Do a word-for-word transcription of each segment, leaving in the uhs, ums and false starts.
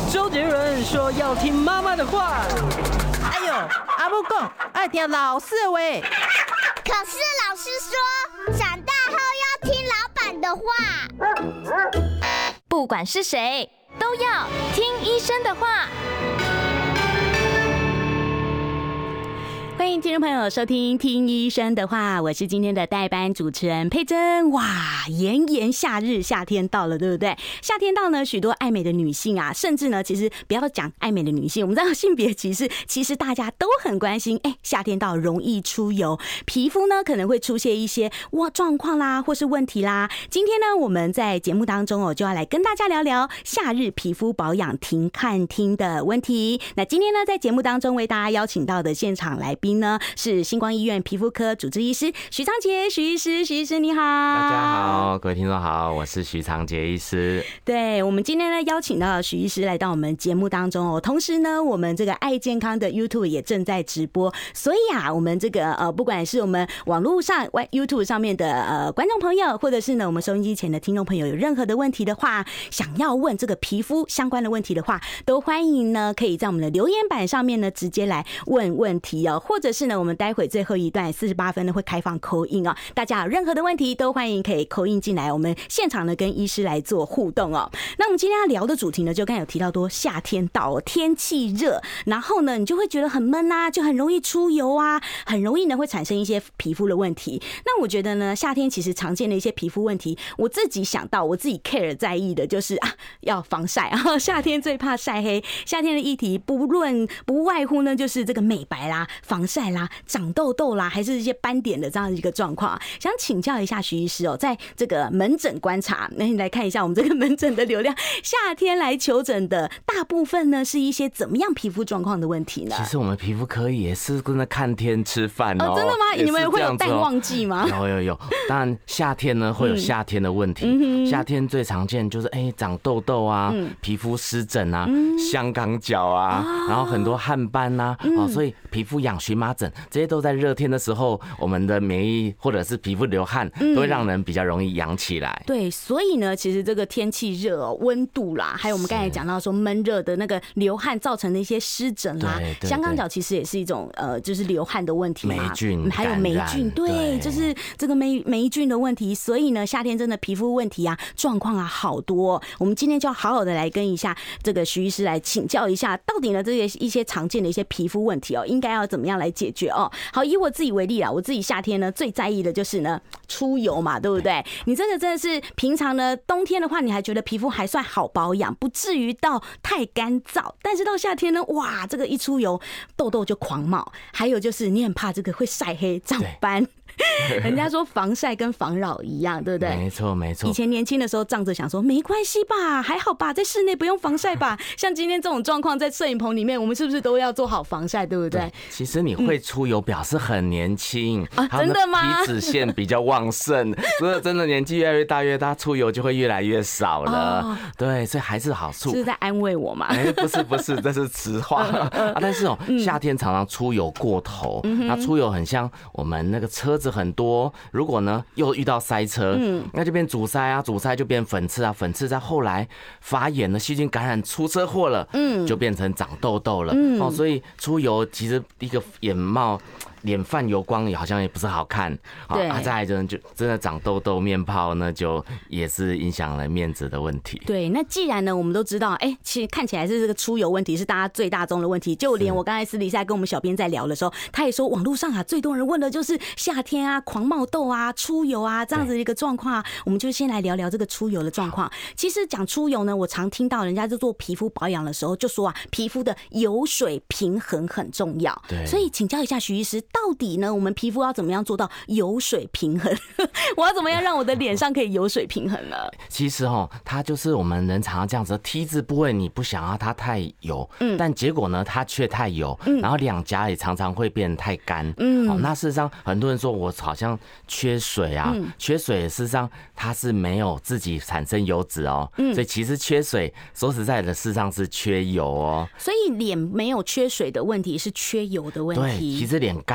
周杰伦说要听妈妈的话。 哎呦，阿母讲爱听老师的话。 可是老师说，长大后要听老板的话。 不管是谁，都要听医生的话。 欢迎听众朋友收听《听医生的话》，我是今天的代班主持人佩珍。哇，炎炎夏日，夏天到了，对不对？夏天到呢，许多爱美的女性啊，甚至呢，其实不要讲爱美的女性，我们知道性别歧视，其实大家都很关心。哎，夏天到容易出油，皮肤呢可能会出现一些哇状况啦，或是问题啦。今天呢，我们在节目当中哦，就要来跟大家聊聊夏日皮肤保养停看听的问题。那今天呢，在节目当中为大家邀请到的现场来宾呢，是星光医院皮肤科主治医师许昌杰许医师。许医师你好。 大家好，各位听众好，我是许昌杰医师。 对，我们今天呢邀请到许医师来到我们节目当中哦，同时呢，我们这个爱健康的 YouTube 也正在直播，所以啊，我们这个呃，不管是我们网络上 YouTube 上面的呃观众朋友，或者是呢我们收音机前的听众朋友，有任何的问题的话，想要问这个皮肤相关的问题的话，都欢迎呢可以在我们的留言板上面呢直接来问问题哦，或者是呢我们待会最后一段四十八分呢会开放 call in 哦，大家有任何的问题都欢迎可以 call in 进来，我们现场呢跟医师来做互动哦。那我们今天要聊的主题呢，就刚才有提到多夏天到，天气热，然后呢你就会觉得很闷啊，就很容易出油啊，很容易呢会产生一些皮肤的问题。那我觉得呢，夏天其实常见的一些皮肤问题，我自己想到我自己 care 在意的就是啊，要防晒啊，夏天最怕晒黑。夏天的议题不论不外乎呢，就是这个美白啦、防晒啦、长痘痘啦，还是一些斑点的这样一个状况。想请教一下徐医师哦，在这个门诊观察，那你来看一下我们这个门诊的流量，夏天来求诊的大部分呢是一些怎么样皮肤状况的问题呢？ 其实我们皮肤科也是跟着看天吃饭 哦, 哦，真的吗？你们会有淡旺季吗？ 有有有，当然夏天呢会有夏天的问题，嗯、夏天最常见就是哎长痘痘啊、嗯、皮肤湿疹啊、嗯、香港脚啊、哦，然后很多汗斑啊、嗯哦，所以皮肤痒、荨麻疹这些都在热天的时候，我们的免疫或者是皮肤流汗，都会让人比较容易痒起来。 对，所以呢，其实这个天气热哦，温度啦，还有我们刚才讲到说闷热的那个流汗造成的一些湿疹啦，对对对，香港脚其实也是一种呃，就是流汗的问题嘛， 霉菌， 还有霉菌，对，对就是这个霉霉菌的问题。所以呢，夏天真的皮肤问题啊，状况啊好多哦。我们今天就要好好的来跟一下这个徐医师来请教一下，到底呢这些一些常见的一些皮肤问题哦，应该要怎么样来解决哦？好，以我自己为例啦，我自己夏天呢最在意的就是呢出油嘛，对不对？你这个真的是平常呢冬天的话，你还觉得皮肤还算好保养，不至于到太干燥，但是到夏天呢，哇，这个一出油，痘痘就狂冒，还有就是你很怕这个会晒黑、长斑。人家说防晒跟防扰一样，对不对？ 没错，没错。 以前年轻的时候仗着想说没关系吧，还好吧，在室内不用防晒吧。像今天这种状况，在摄影棚里面，我们是不是都要做好防晒，对不对？对， 其实你会出油，表示很年轻、 嗯、啊，真的吗？ 皮脂腺比较旺盛，所以真的年纪越来越大越大，出油就会越来越少了。哦、对，所以还是好处。 是在安慰我吗？ 哎、欸，不是不是，这是实话啊。但是哦、喔，夏天常常出油过头，那、嗯、出油很像我们那个车子很多，如果呢又遇到塞车，嗯，那就变阻塞啊，阻塞就变粉刺啊，粉刺在后来发炎了，细菌感染出车祸了，嗯，就变成长痘痘了，嗯，哦，所以出油其实一个眼冒。脸泛油光好像也不是好看，对，啊，再来就真的长痘痘、面泡，那就也是影响了面子的问题。 对，那既然呢，我们都知道，哎、欸，其实看起来是这个出油问题是大家最大宗的问题，就连我刚才私底下跟我们小编在聊的时候，他也说网络上啊最多人问的就是夏天啊狂冒痘啊、出油啊这样子的一个状况啊，我们就先来聊聊这个出油的状况。其实讲出油呢，我常听到人家在做皮肤保养的时候就说啊，皮肤的油水平衡很重要。对，所以请教一下徐医师。到底呢，我们皮肤要怎么样做到油水平衡？我要怎么样让我的脸上可以油水平衡呢？ 其实哦，它就是我们人常常这样子 ，T 字部位你不想要它太油，嗯，但结果呢，它却太油，嗯，然后两颊也常常会变太干，嗯，哦，那事实上很多人说我好像缺水啊，嗯、缺水，事实上它是没有自己产生油脂哦，嗯，所以其实缺水，说实在的，事实上是缺油哦。 所以脸没有缺水的问题是缺油的问题。 对，其实脸干。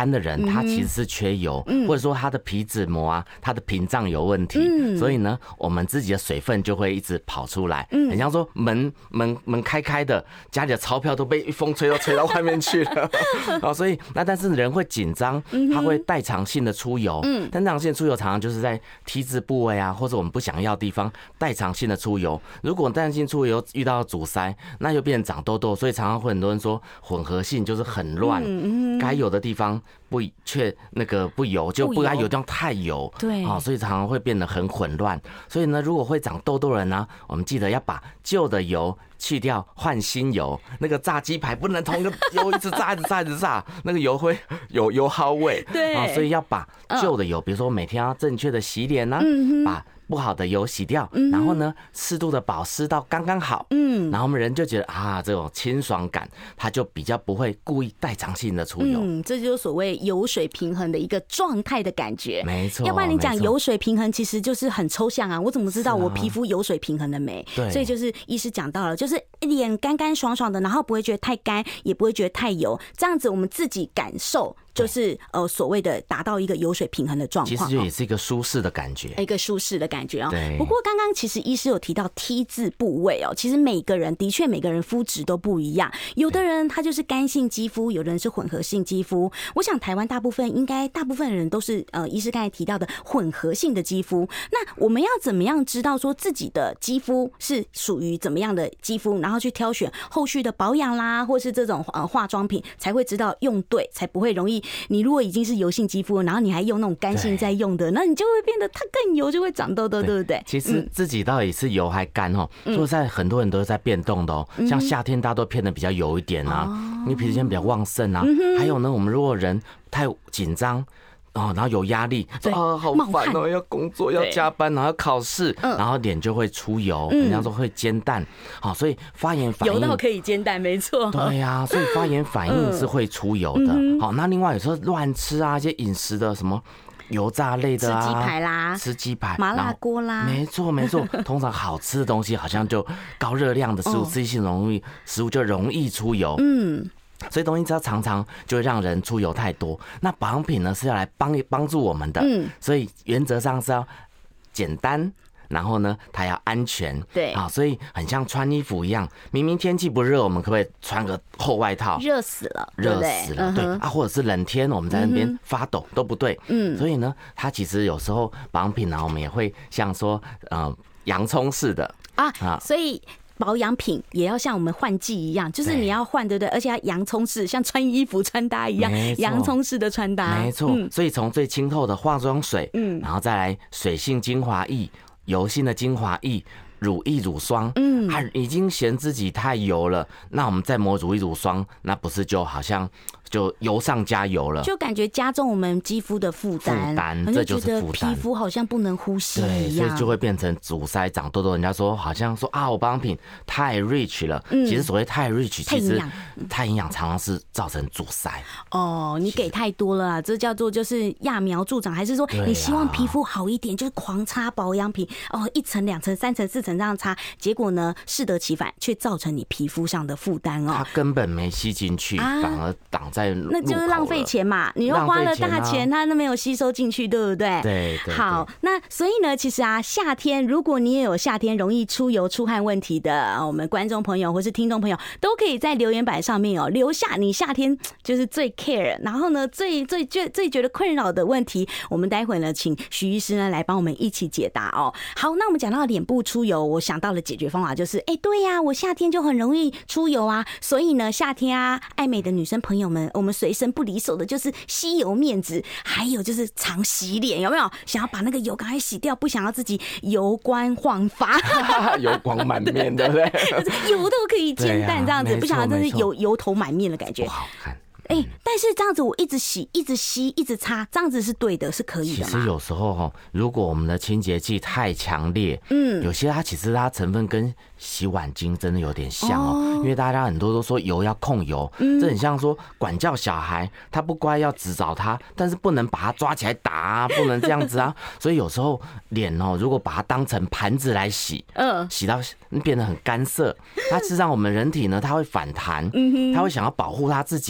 干的人，他其实是缺油，或者说他的皮脂膜啊，他的屏障有问题，所以呢，我们自己的水分就会一直跑出来，很像说门门门开开的，家里的钞票都被风吹都吹到外面去了，哦，所以那但是人会紧张，他会代偿性的出油，但代偿性的出油常常就是在 T 字部位啊，或者我们不想要的地方代偿性的出油。如果代偿性出油遇到阻塞，那就变成长痘痘，所以常常会很多人说混合性就是很乱，该有的地方不却那个不油，就不该有地方太油， 对， 好，所以常常会变得很混乱。所以呢，如果会长痘痘的人呢，我们记得要把旧的油去掉，换新油。那个炸鸡排不能同一个油一直炸、一直炸、一直炸，那个油会有油耗味。 对， 啊，所以要把旧的油，比如说每天要正确的洗脸呢，把不好的油洗掉，然后呢，适度的保湿到刚刚好，嗯，然后我们人就觉得啊，这种清爽感，它就比较不会故意代偿性的出油。 嗯，这就是所谓油水平衡的一个状态的感觉。 没错， 要不然你讲油水平衡，其实就是很抽象啊。我怎么知道我皮肤油水平衡了没？ 对， 所以就是医师讲到了，就是脸干干爽爽的，然后不会觉得太干，也不会觉得太油，这样子我们自己感受。就是呃所谓的达到一个油水平衡的状况， 其实也是一个舒适的感觉， 一个舒适的感觉哦。 对。 不过刚刚其实医师有提到 T 字部位哦，其实每个人的确每个人肤质都不一样，有的人他就是干性肌肤，有的人是混合性肌肤。我想台湾大部分应该大部分人都是呃医师刚才提到的混合性的肌肤。那我们要怎么样知道说自己的肌肤是属于怎么样的肌肤，然后去挑选后续的保养啦，或是这种呃化妆品，才会知道用对，才不会容易。你如果已经是油性肌肤，然后你还用那种干性在用的，那你就会变得它更油，就会长痘痘，对不对？ 其实自己到底是油还干哦，说实在很多人都是在变动的哦。像夏天大家都变得比较油一点啊，因为皮脂腺比较旺盛啊。还有呢，我们如果人太紧张。哦，然后有压力，啊，好烦哦，要工作，要加班，然后要考试，然后脸就会出油，人家说会煎蛋，好，所以发炎反应油到可以煎蛋，没错。 对呀、啊，所以发炎反应是会出油的。好，那另外有时候乱吃啊，一些饮食的什么油炸类的啊， 吃鸡排啦， 吃鸡排、 麻辣锅啦， 没错没错。通常好吃的东西好像就高热量的食物，刺激性容易食物就容易出油。嗯。所以东西只要常常就会让人出油太多。那保养品呢是要来帮帮助我们的，嗯，所以原则上是要简单，然后呢它要安全， 对啊，所以很像穿衣服一样，明明天气不热，我们可不可以穿个厚外套？ 热死了， 热死了，对啊，或者是冷天我们在那边发抖都不对，嗯，所以呢，它其实有时候保养品呢，我们也会像说呃洋葱式的啊，所以。保养品也要像我们换季一样，就是你要换，对不对？而且要洋葱式，像穿衣服穿搭一样，洋葱式的穿搭。 没错，嗯、所以从最清透的化妆水，嗯，然后再来水性精华液、油性的精华液、乳液、乳霜，嗯，啊，已经嫌自己太油了，那我们再抹乳液、乳霜，那不是就好像。就油上加油了， 就感觉加重我们肌肤的负担， 负担，这就是负担。 皮肤好像不能呼吸一样，对，所以就会变成阻塞、长痘痘。人家说好像说啊，我保养品太 rich 了，嗯、其实所谓太 rich， 其实太营养常常是造成阻塞。 哦，你给太多了啦，这叫做就是揠苗助长，还是说你希望皮肤好一点，就是狂擦保养品哦，一层、两层、三层、四层这样擦，结果呢适得其反，却造成你皮肤上的负担哦。 它根本没吸进去，啊、反而挡在。 那就是浪费钱嘛，你又花了大钱，它都没有吸收进去，对不对？ 对对。 好，那所以呢，其实啊，夏天如果你也有夏天容易出油出汗问题的，我们观众朋友或是听众朋友，都可以在留言板上面哦留下你夏天就是最 care， 然后呢最最最最觉得困扰的问题，我们待会呢请徐医师呢来帮我们一起解答哦。好，那我们讲到脸部出油，我想到了解决方法，就是哎，对呀、啊，我夏天就很容易出油啊，所以呢夏天啊，爱美的女生朋友们。我们随身不离手的就是吸油面纸，还有就是常洗脸，有没有？想要把那个油赶快洗掉，不想要自己油光焕发， 油光满面，对不对？ 油都可以煎蛋这样子，不想要真是油油头满面的感觉， 不好看。 哎、欸，但是这样子我一直洗、一直吸、一直擦，这样子是对的，是可以的嘛？ 其实有时候哈，如果我们的清洁剂太强烈，嗯，有些它其实它成分跟洗碗精真的有点像哦，哦因为大家很多都说油要控油，嗯，这很像说管教小孩，他不乖要指导他，但是不能把他抓起来打啊，不能这样子啊。所以有时候脸哦，如果把它当成盘子来洗，嗯，洗到变得很干涩，它事实上我们人体呢，它会反弹，嗯，它会想要保护它自己。嗯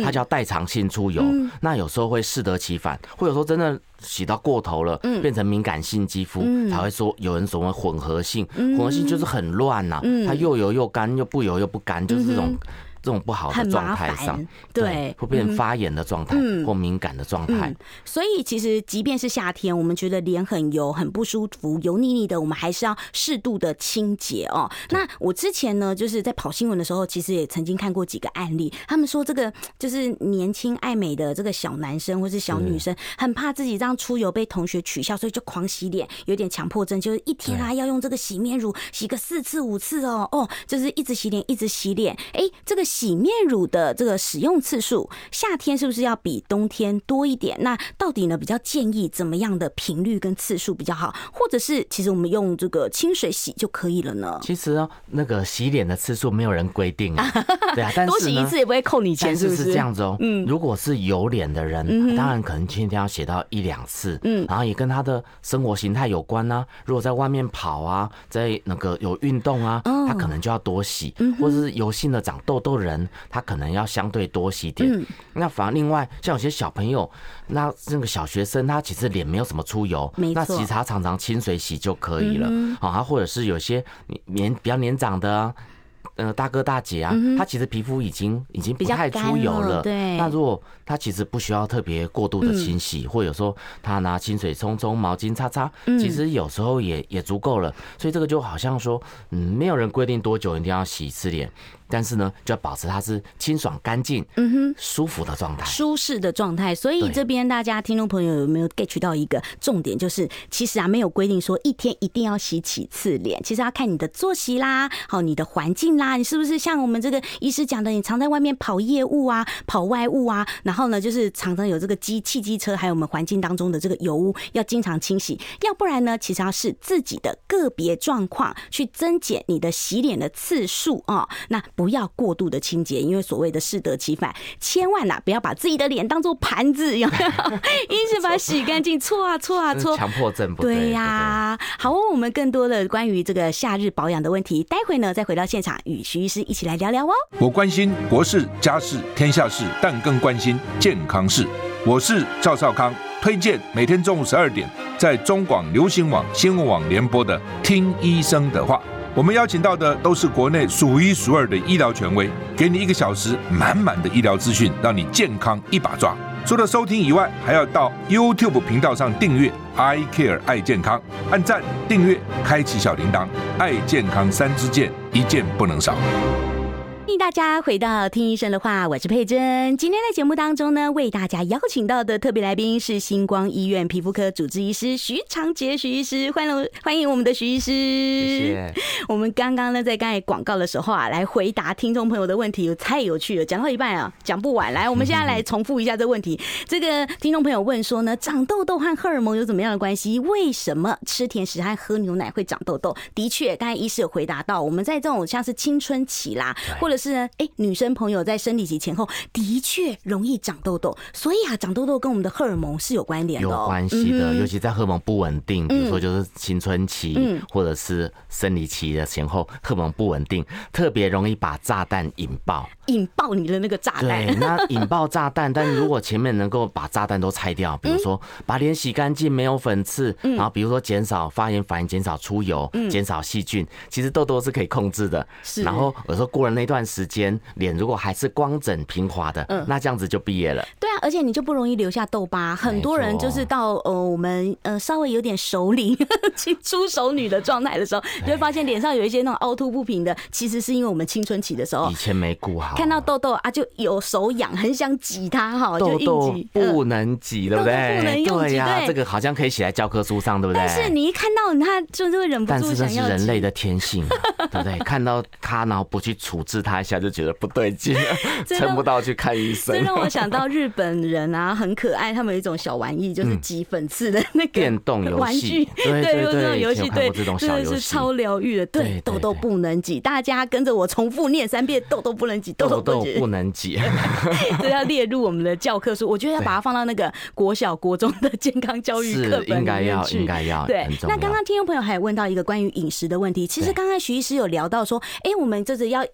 它叫代偿性出油。嗯、那有时候会适得其反，会有时候真的洗到过头了，嗯、变成敏感性肌肤，嗯、才会说有人所谓混合性，混合性就是很乱呐、啊，嗯、它又油又干，又不油又不干，就是这种。嗯这种不好的状态上，对，会变成发炎的状态、嗯、或敏感的状态、嗯。 所以其实即便是夏天，我们觉得脸很油、很不舒服、油腻腻的，我们还是要适度的清洁哦。那我之前呢，就是在跑新闻的时候，其实也曾经看过几个案例，他们说这个就是年轻爱美的这个小男生或是小女生，很怕自己这样出油被同学取笑，所以就狂洗脸，有点强迫症，就是一天啊要用这个洗面乳洗个四次五次哦，哦，就是一直洗脸，一直洗脸。哎、欸，这个洗面乳的这个使用次数，夏天是不是要比冬天多一点？那到底呢比较建议怎么样的频率跟次数比较好？或者是其实我们用这个清水洗就可以了呢？ 其实哦，那个洗脸的次数没有人规定啊，对啊，但是多洗一次也不会扣你钱，是不是？ 是这样子哦。嗯，如果是有脸的人，嗯、当然可能一天要洗到一两次，嗯，然后也跟他的生活形态有关啊。如果在外面跑啊，在那个有运动啊，哦、他可能就要多洗，嗯、或者是油性的长痘痘人。他可能要相对多洗点，嗯、那反而另外像有些小朋友，那那个小学生，他其实脸没有什么出油，那其实他常常清水洗就可以了，嗯、啊，或者是有些年比较年长的、啊。呃，大哥大姐啊，嗯、他其实皮肤已经已经不太出油了。对。那如果他其实不需要特别过度的清洗，嗯、或者有时候他拿清水冲冲、毛巾擦擦，嗯、其实有时候也也足够了。所以这个就好像说，嗯，没有人规定多久一定要洗一次脸。但是呢，就要保持它是清爽、干净、嗯哼、舒服的状态， 舒适的状态。所以这边大家听众朋友有没有 get 到一个重点，就是其实啊没有规定说一天一定要洗几次脸，其实要看你的作息啦，好你的环境啦，你是不是像我们这个医师讲的，你常在外面跑业务啊、跑外务啊，然后呢就是常常有这个机汽机车，还有我们环境当中的这个油污要经常清洗，要不然呢，其实要是自己的个别状况去增减你的洗脸的次数啊、哦，那。不要过度的清洁，因为所谓的适得其反，千万啦不要把自己的脸当作盘子，有没有？一直把它洗干净，搓啊搓啊搓， 强迫症不对？ 对呀、啊。好，我们更多的关于这个夏日保养的问题，待会呢再回到现场与徐医师一起来聊聊哦。 我关心国事、家事、天下事，但更关心健康事。我是赵少康，推荐每天中午十二点在中广流行网、新闻网联播的《听医生的话》。我们邀请到的都是国内数一数二的医疗权威，给你一个小时满满的医疗资讯，让你健康一把抓。除了收听以外，还要到 YouTube 频道上订阅 I Care 爱健康，按赞、订阅、开启小铃铛，爱健康三支箭，一件不能少。 欢迎大家回到听医生的话，我是佩珍。今天在节目当中呢，为大家邀请到的特别来宾是星光医院皮肤科主治医师徐长杰徐医师，欢迎欢迎我们的徐医师。 谢谢。 我们刚刚呢在刚才广告的时候啊，来回答听众朋友的问题，太有趣了，讲到一半啊讲不完。来，我们现在来重复一下这个问题。这个听众朋友问说呢，长痘痘和荷尔蒙有怎么样的关系？为什么吃甜食和喝牛奶会长痘痘？的确，刚才医师有回答到，我们在这种像是青春期啦，或者是呢，哎，女生朋友在生理期前后的确容易长痘痘，所以啊，长痘痘跟我们的荷尔蒙是有关联的、哦， 有关系的、嗯。尤其在荷尔蒙不稳定，比如说就是青春期、嗯、或者是生理期的前后，荷尔蒙不稳定，特别容易把炸弹引爆， 引爆你的那个炸弹。 对，那引爆炸弹，但如果前面能够把炸弹都拆掉，比如说把脸洗干净，没有粉刺，嗯、然后比如说减少发炎反应，减少出油，减、嗯、少细菌，其实痘痘是可以控制的。是，然后有时候过了那段时间。脸如果还是光整平滑的，嗯，那这样子就毕业了。对啊，而且你就不容易留下痘疤。很多人就是到呃我们呃稍微有点熟龄出熟女的状态的时候，就会发现脸上有一些那种凹凸不平的，其实是因为我们青春期的时候以前没顾好， 看到痘痘啊就有手痒，很想挤它哈，就硬挤。 痘痘不能挤，对不对？ 不能用挤， 对呀、啊，这个好像可以写在教科书上，对不对？ 但是你一看到它，就是会忍不住想要挤。 但是这是人类的天性，对不对？看到它，然后不去处置它一下，就觉得不对劲。撑不到去看医生， 这让我想到日本人啊，很可爱，他们有一种小玩意，就是挤粉刺的那个电动游戏， 对对对，游戏对， 真的是超疗愈的。对，痘痘不能挤，大家跟着我重复念三遍：痘痘不能挤，痘痘不能挤。 这要列入我们的教科书，我觉得要把它放到那个国小、国中的健康教育课本里面去。 应该要， 对。那刚刚听众朋友还有问到一个关于饮食的问题，其实刚刚徐医师有聊到说，哎，我们这是要抑制我们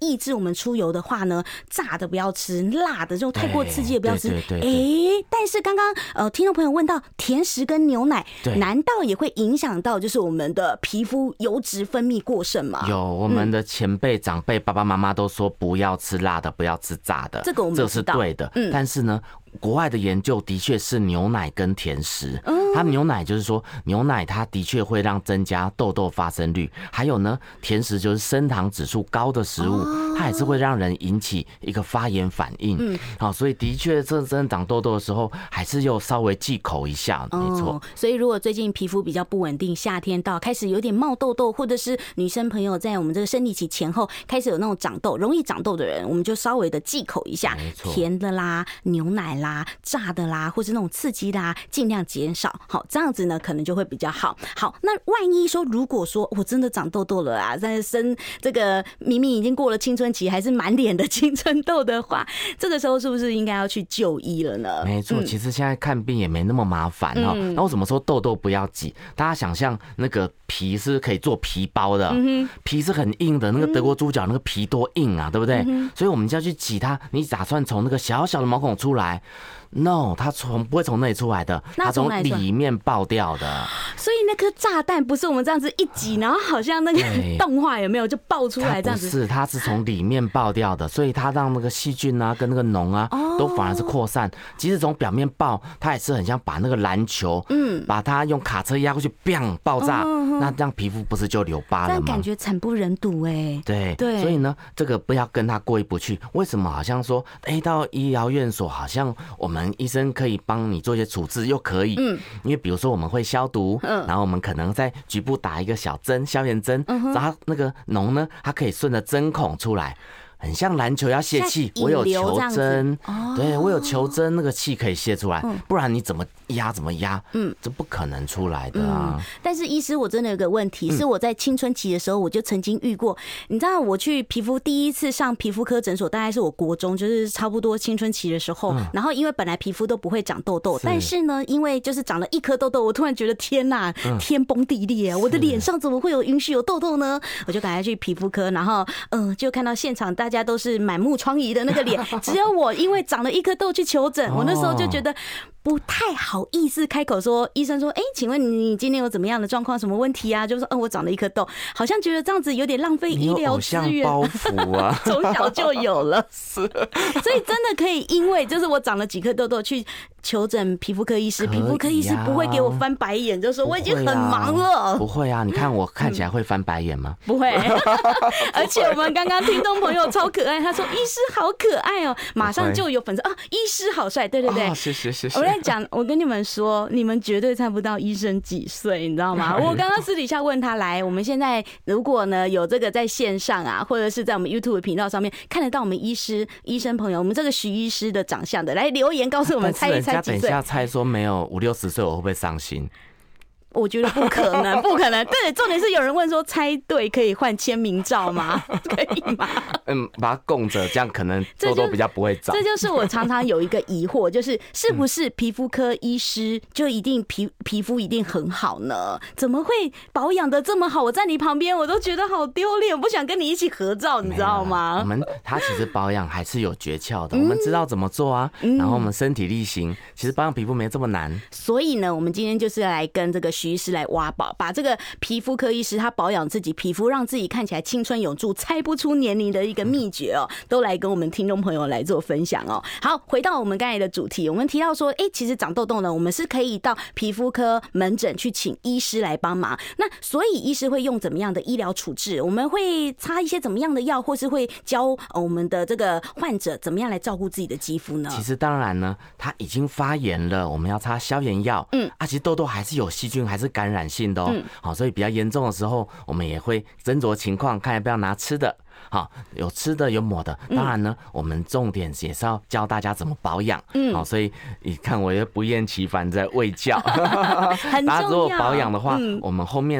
们出游的话呢，炸的不要吃，辣的就太过刺激的不要吃。 对对对。 哎，但是刚刚呃，听众朋友问到甜食跟牛奶，难道也会影响到就是我们的皮肤油脂分泌过剩吗？ 有，我们的前辈、长辈、爸爸妈妈都说不要吃辣的，不要吃炸的， 这个我们这是对的。嗯，但是呢，国外的研究的确是牛奶跟甜食，它牛奶就是说牛奶它的确会让增加痘痘发生率，还有呢，甜食就是升糖指数高的食物，它也是会让人引起一个发炎反应。嗯，好，所以的确这真的长痘痘的时候，还是要稍微忌口一下，没错。 哦，所以如果最近皮肤比较不稳定，夏天到开始有点冒痘痘，或者是女生朋友在我们这个生理期前后开始有那种长痘、容易长痘的人，我们就稍微的忌口一下，甜的啦、牛奶啦、炸的啦，或是那种刺激啦，尽量减少。好，这样子呢，可能就会比较好。好，那万一说，如果说我真的长痘痘了啊，在生这个明明已经过了青春期，还是满脸的青春痘的话，这个时候是不是应该要去就医了呢？ 没错，其实现在看病也没那么麻烦哦。 嗯、 那我怎么说痘痘不要挤？大家想象那个皮是可以做皮包的，嗯、皮是很硬的，那个德国猪脚那个皮多硬啊，对不对？嗯、所以我们就要去挤它。你打算从那个小小的毛孔出来 ？No， 它从不会从那里出来的，它从里面爆掉的。 所以那颗炸弹不是我们这样子一挤，然后好像那个动画有没有就爆出来这样子？ 不是，它是从里面爆掉的，所以它让那个细菌啊跟那个脓啊都反而是扩散。即使从表面爆，它也是很像把那个篮球，嗯，把它用卡车压过去 ，biang 爆炸，那这样皮肤不是就留疤了吗？ 但感觉惨不忍睹哎。 对对，所以呢，这个不要跟它过意不去。为什么好像说，哎，到医疗院所好像我们医生可以帮你做一些处置，又可以，嗯，因为比如说我们会消毒，嗯，然后我们可能在局部打一个小针，消炎针，嗯，然后那个脓呢，它可以顺着针孔出来。很像篮球要泄气，我有球针，哦、对我有球针，那个气可以泄出来，嗯、不然你怎么压怎么压，嗯，这不可能出来的啊。 嗯、但是医师，我真的有个问题，是我在青春期的时候我就曾经遇过，你知道我去皮肤第一次上皮肤科诊所，大概是我国中，就是差不多青春期的时候，嗯、然后因为本来皮肤都不会长痘痘，是但是呢，因为就是长了一颗痘痘，我突然觉得天哪，嗯、天崩地裂，我的脸上怎么会有允许有痘痘呢？我就赶快去皮肤科，然后嗯，就看到现场大家都是满目疮痍的那个脸，只有我因为长了一颗痘去求诊，我那时候就觉得不太好意思开口说，医生说，哎、欸，请问你今天有怎么样的状况，什么问题啊？就说，嗯、呃，我长了一颗痘，好像觉得这样子有点浪费医疗资源， 包袱啊， 从小就有了，是，所以真的可以，因为就是我长了几颗痘痘去求诊皮肤科医师，皮肤科医师不会给我翻白眼，就说我已经很忙了， 不会啊，你看我看起来会翻白眼吗？ 不会，而且我们刚刚听众朋友超可爱，他说医师好可爱哦，马上就有粉丝啊，医师好帅，对对对， 谢谢谢谢。 我在讲，我跟你们说，你们绝对猜不到医生几岁，你知道吗？我刚刚私底下问他，来，我们现在如果呢有这个在线上啊，或者是在我们 YouTube 频道上面看得到我们医师医生朋友，我们这个徐医师的长相的，来留言告诉我们猜一猜几岁。 等一下猜说没有五六十岁，我会不会伤心？ 我觉得不可能，不可能。对，重点是有人问说，猜对可以换签名照吗？可以吗？ 嗯，把它供着，这样可能痘痘比较不会长。 这就是我常常有一个疑惑，就是是不是皮肤科医师就一定皮皮肤一定很好呢？怎么会保养的这么好？我在你旁边，我都觉得好丢脸，我不想跟你一起合照，你知道吗？ 我们他其实保养还是有诀窍的，我们知道怎么做啊。嗯、然后我们身体力行，其实保养皮肤没这么难。 所以呢，我们今天就是来跟这个徐医师来挖宝，把这个皮肤科医师他保养自己皮肤，让自己看起来青春永驻、猜不出年龄的一个秘诀哦，都来跟我们听众朋友来做分享哦。好，回到我们刚才的主题，我们提到说，哎、欸，其实长痘痘呢，我们是可以到皮肤科门诊去请医师来帮忙。那所以医师会用怎么样的医疗处置？我们会擦一些怎么样的药，或是会教我们的这个患者怎么样来照顾自己的肌肤呢？ 其实当然呢，他已经发炎了，我们要擦消炎药。嗯，啊，其实痘痘还是有细菌，还是感染性的哦。好、嗯，所以比较严重的时候，我们也会斟酌情况，看要不要拿吃的。好，有吃的有抹的，当然呢，嗯、我们重点也是要教大家怎么保养。嗯，好，所以你看我也不厌其烦在卫教。 很重要。 大家如果保养的话，嗯、我们后面呢，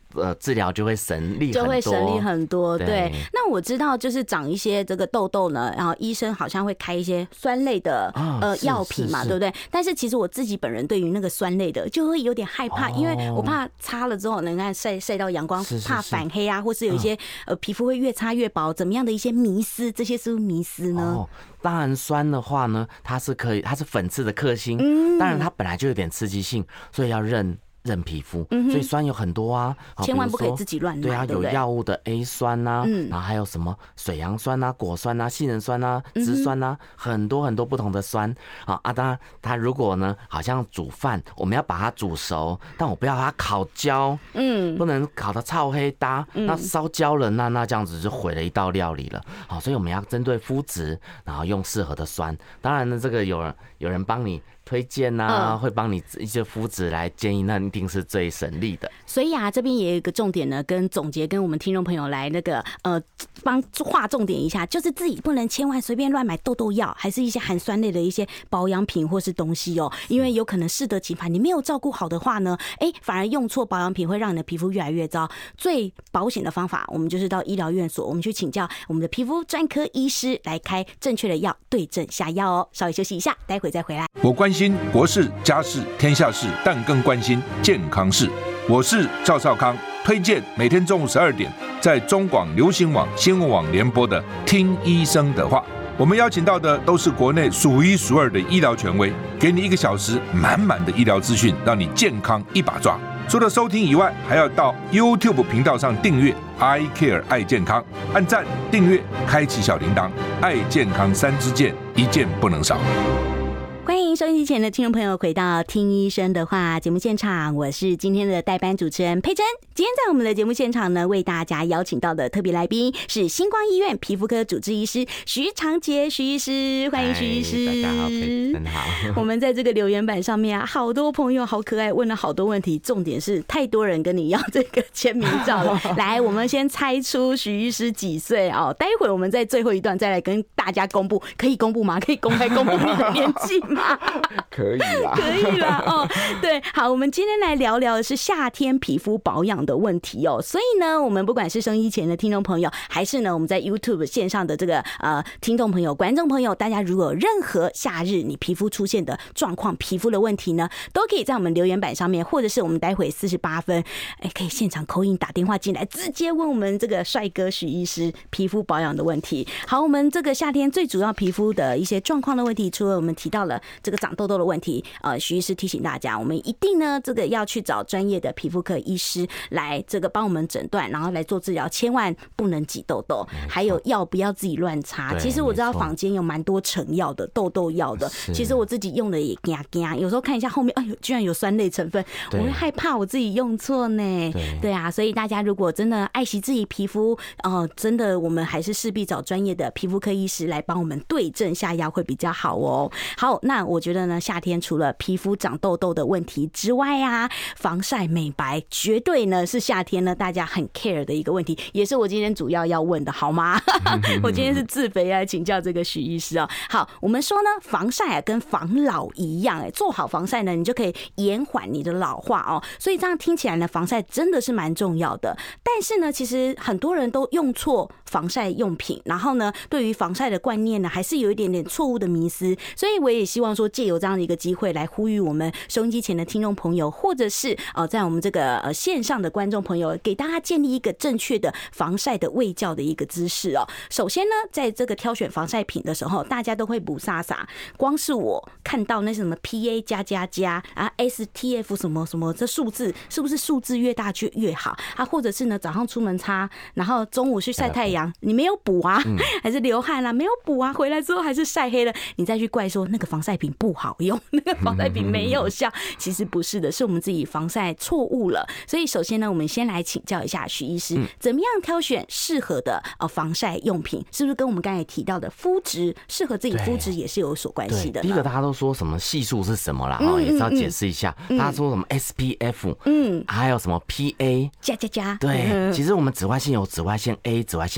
呃治疗就会省力很多， 就会省力很多。对， 对那我知道就是长一些这个痘痘呢，然后医生好像会开一些酸类的、哦、呃药品嘛，对不对？但是其实我自己本人对于那个酸类的就会有点害怕，哦、因为我怕擦了之后，你看晒晒到阳光，是是是怕反黑啊，或是有一些、嗯、呃皮肤会越擦越薄，怎么样的一些迷思，这些是不是迷思呢？哦， 当然酸的话呢，它是可以，它是粉刺的克星，嗯，当然它本来就有点刺激性，所以要认。认皮肤，所以酸有很多啊， 千万不可以自己乱买。 对啊，有药物的 A 酸呐、啊， 嗯， 然后还有什么水杨酸啊、果酸啊、杏仁酸啊、植酸啊，很多很多不同的酸啊啊！当然，它如果呢，好像煮饭，我们要把它煮熟，但我不要它烤焦，嗯，不能烤得超黑搭，那烧焦了，那那这样子就毁了一道料理了。好，所以我们要针对肤质，然后用适合的酸。当然呢，这个有人有人帮你推荐啊，嗯、会帮你一些肤质来建议，那一定是最省力的。 所以啊，这边也有一个重点呢，跟总结，跟我们听众朋友来那个呃，帮划重点一下，就是自己不能千万随便乱买痘痘药，还是一些含酸类的一些保养品或是东西哦，因为有可能适得其反，你没有照顾好的话呢，哎、欸，反而用错保养品会让你的皮肤越来越糟。最保险的方法，我们就是到医疗院所，我们去请教我们的皮肤专科医师来开正确的药，对症下药哦。稍微休息一下，待会再回来。 我关心国事、家事、天下事，但更关心健康事。我是赵少康，推荐每天中午十二点在中广流行网、新闻网联播的《听医生的话》。我们邀请到的都是国内数一数二的医疗权威，给你一个小时满满的医疗资讯，让你健康一把抓。除了收听以外，还要到 YouTube 频道上订阅 I Care 爱健康，按赞、订阅、开启小铃铛，爱健康三支箭，一件不能少。 欢迎收音机前的听众朋友回到听医生的话节目现场，我是今天的代班主持人佩珍。今天在我们的节目现场呢，为大家邀请到的特别来宾是星光医院皮肤科主治医师徐长杰徐医师，欢迎徐医师。 大家好，佩珍好。 我们在这个留言板上面啊，好多朋友好可爱，问了好多问题，重点是太多人跟你要这个签名照了。来，我们先猜出徐医师几岁哦？待会我们在最后一段再来跟大家公布，可以公布吗？可以公开公布你的年纪吗？ 可以啦， 可以啦哦。对，好，我们今天来聊聊的是夏天皮肤保养的问题哦。所以呢，我们不管是收音机前的听众朋友，还是呢我们在 YouTube 线上的这个呃听众朋友、观众朋友，大家如果有任何夏日你皮肤出现的状况、皮肤的问题呢，都可以在我们留言板上面，或者是我们待会四十八分，哎，可以现场call in打电话进来，直接问我们这个帅哥许医师皮肤保养的问题。好，我们这个夏天最主要皮肤的一些状况的问题，除了我们提到了这个长痘痘的问题，呃，徐医师提醒大家，我们一定呢，这个要去找专业的皮肤科医师来这个帮我们诊断，然后来做治疗，千万不能挤痘痘，还有药不要自己乱擦。其实我知道坊间有蛮多成药的痘痘药的，其实我自己用的也惊惊，有时候看一下后面，哎呦，居然有酸类成分，我会害怕我自己用错呢。对，对啊，所以大家如果真的爱惜自己皮肤，呃，真的我们还是势必找专业的皮肤科医师来帮我们对症下药会比较好哦。好，那我觉得呢，夏天除了皮肤长痘痘的问题之外啊，防晒美白绝对呢是夏天呢大家很 care 的一个问题，也是我今天主要要问的，好吗？我今天是自肥来请教这个许医师哦。好，我们说呢，防晒啊跟防老一样，哎，做好防晒呢，你就可以延缓你的老化哦。所以这样听起来呢，防晒真的是蛮重要的。但是呢，其实很多人都用错防晒用品，然后呢，对于防晒的观念呢，还是有一点点错误的迷思。所以我也希望说，借由这样的一个机会来呼吁我们收音机前的听众朋友，或者是呃在我们这个呃线上的观众朋友，给大家建立一个正确的防晒的卫教的一个姿势哦。首先呢，在这个挑选防晒品的时候，大家都会补洒洒，光是我看到那什么 P A 加加加啊 S T F 什么什么，这数字是不是数字越大就越好啊？或者是呢早上出门擦，然后中午去晒太阳，你没有补啊，还是流汗啦，没有补啊，回来之后还是晒黑了，你再去怪说那个防晒品不好用，那个防晒品没有效，其实不是的，是我们自己防晒错误了。所以首先呢，我们先来请教一下许医师，怎么样挑选适合的呃防晒用品，是不是跟我们刚才提到的肤质，适合自己肤质也是有所关系的呢？ 第一个大家都说什么系数是什么啦，嗯、也是要解释一下。嗯、大家说什么 S P F， 嗯，还有什么 P A 加加加， 对，嗯、其实我们紫外线有紫外线 A、紫外线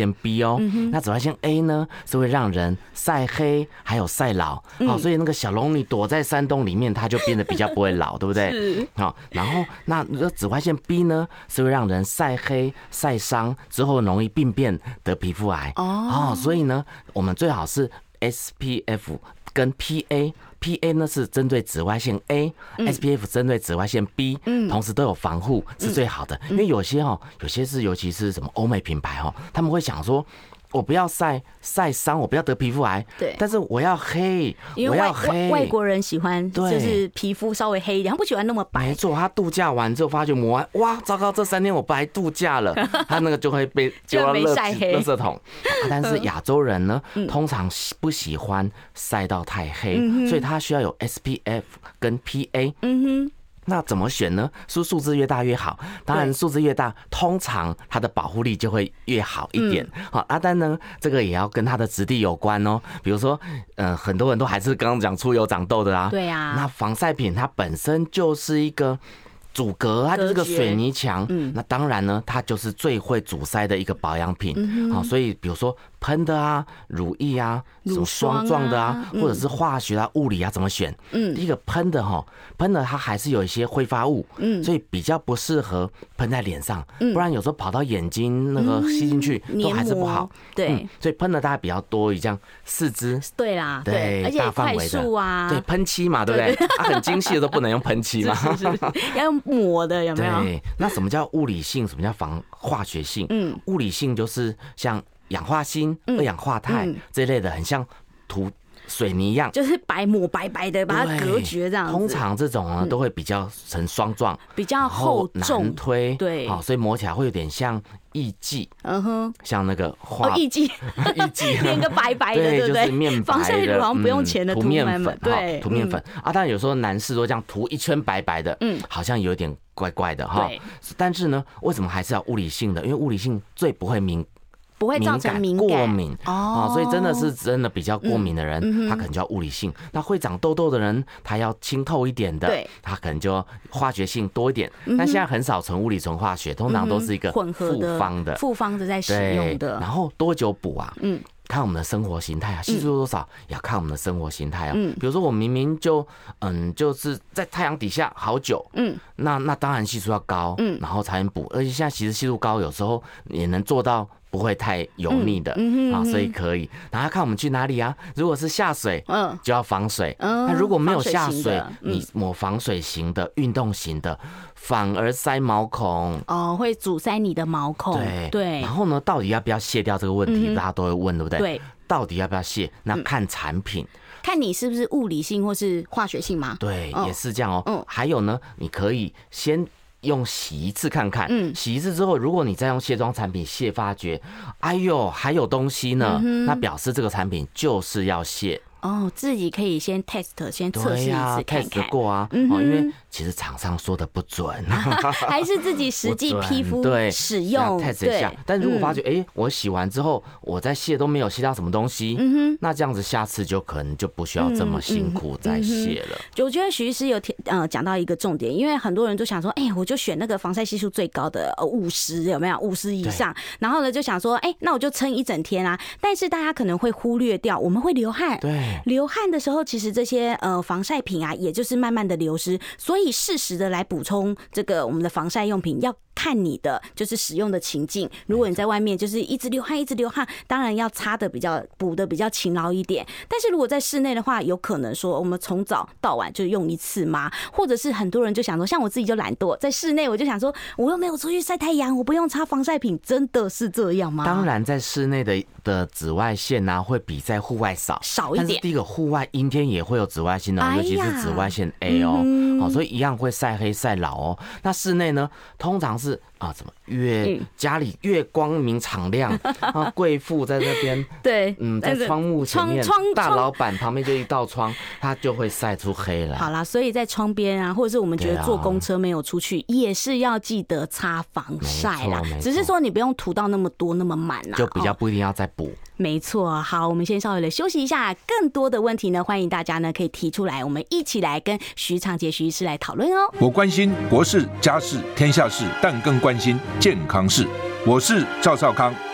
线 B 哦。嗯、那紫外线 A 呢是会让人晒黑，还有晒老。好、嗯哦，所以那个小龙女躲在山洞里面，它就变得比较不会老，对不对？是。好、哦，然后那紫外线 B 呢是会让人晒黑、晒伤之后容易病变得皮肤癌。哦, 哦，所以呢，我们最好是 S P F 跟 P A。P A 呢是针对紫外线 A，S P F 针对紫外线 B， 同时都有防护是最好的。因为有些哦，有些是尤其是什么欧美品牌哦，他们会想说，我不要晒晒伤，我不要得皮肤癌，对，但是我要黑，我要黑。 外国人喜欢就是皮肤稍微黑一点，他不喜欢那么白。 没错，他度假完之后发觉抹完，哇，糟糕，这三天我白度假了，他那个就会被丢到垃垃圾桶。但是亚洲人呢，通常不喜欢晒到太黑，所以他需要有 S P F 跟 P A。嗯哼。那怎么选呢？是数字越大越好，当然数字越大，通常它的保护力就会越好一点。好、嗯，阿丹呢，这个也要跟它的质地有关哦。比如说，呃，很多人都还是刚刚讲出油长痘的啊。对啊。那防晒品它本身就是一个阻隔，它就是个水泥墙。嗯。那当然呢，它就是最会阻塞的一个保养品。嗯。好，所以比如说喷的啊、乳液啊、什么霜状的啊，或者是化学啊、物理啊，怎么选？嗯。第一个喷的哈，喷的它还是有一些挥发物，嗯，所以比较不适合喷在脸上，嗯，不然有时候跑到眼睛那个吸进去都还是不好。对、嗯，所以喷的大家比较多，以这样四支。对啦，对，而且大范围的啊，对，喷漆嘛，对不对？对啊，很精细的都不能用喷漆嘛，是是是要用抹的，有没有？对，那什么叫物理性？什么叫防化学性？嗯，物理性就是像氧化锌、二氧化钛这一类的，很像涂水泥一样，就是白抹白白的，把它隔绝这样子。通常这种呢都会比较成霜状，比较厚重，难推。对，好，所以抹起来会有点像艺伎。嗯哼，像那个画艺伎，艺伎连个白白的，对不对？就是面白的，防晒乳好像不用钱的涂面粉，对，涂面粉啊。当然有时候男士都这样涂一圈白白的，嗯，好像有点怪怪的哈。但是呢，为什么还是要物理性的？因为物理性最不会敏。不会造成敏感过敏哦，所以真的是真的比较过敏的人，嗯、他可能就要物理性；那会长痘痘的人，他要清透一点的，对，他可能就化学性多一点。嗯、但现在很少纯物理纯化学，通常都是一个复方的、复方的在使用的。然后多久补啊？嗯。看我们的生活形态啊，系数多少也要看我们的生活形态啊。嗯，比如说我明明就嗯就是在太阳底下好久，嗯，那那当然系数要高，嗯，然后才能补。而且现在其实系数高，有时候也能做到不会太油腻的，嗯啊，所以可以。然后要看我们去哪里啊？如果是下水，嗯，就要防水。嗯，那如果没有下水，你抹防水型的、运动型的，反而塞毛孔哦，会阻塞你的毛孔。对对。然后呢，到底要不要卸掉这个问题，大家都会问，对不对？对。到底要不要卸？那看产品，看你是不是物理性或是化学性嘛？对，也是这样哦。嗯。还有呢，你可以先用洗一次看看，嗯，洗一次之后，如果你再用卸妆产品卸，发觉，哎呦，还有东西呢，嗯、那表示这个产品就是要卸。哦，自己可以先 test 先测试一次看看 test 过啊，嗯、哦，因为其实厂商说的不准，还是自己实际皮肤使用 test 一下。但如果发觉，哎、嗯欸，我洗完之后，我在卸都没有卸到什么东西，嗯哼，那这样子下次就可能就不需要这么辛苦再卸了。嗯嗯、我觉得徐医师有呃讲到一个重点，因为很多人都想说，哎、欸，我就选那个防晒系数最高的五十，有没有五十以上？然后呢就想说，哎、欸，那我就撑一整天啊。但是大家可能会忽略掉，我们会流汗，对。流汗的时候，其实这些呃防晒品啊，也就是慢慢的流失，所以适时的来补充这个我们的防晒用品，要看你的就是使用的情境。如果你在外面就是一直流汗一直流汗，当然要擦的比较补的比较勤劳一点。但是如果在室内的话，有可能说我们从早到晚就用一次吗？或者是很多人就想说，像我自己就懒惰，在室内我就想说，我又没有出去晒太阳，我不用擦防晒品，真的是这样吗？当然，在室内的的紫外线啊，会比在户外少少一点。但是第一个，户外阴天也会有紫外线哦，尤其是紫外线 A 哦，嗯、好，所以一样会晒黑晒老哦。那室内呢，通常是啊，怎么越家里越光明敞亮啊，贵妇在那边对，嗯，在窗户前面，大老板旁边就一道窗，它就会晒出黑来。好啦，所以在窗边啊，或者是我们觉得坐公车没有出去，也是要记得擦防晒啦。只是说你不用涂到那么多那么满啦，就比较不一定要再补。没错，好，我们先稍微的休息一下。更多的问题呢，欢迎大家呢可以提出来，我们一起来跟徐长杰徐医师来讨论哦。 我关心国事、家事、天下事，但更关心健康事。我是赵少康，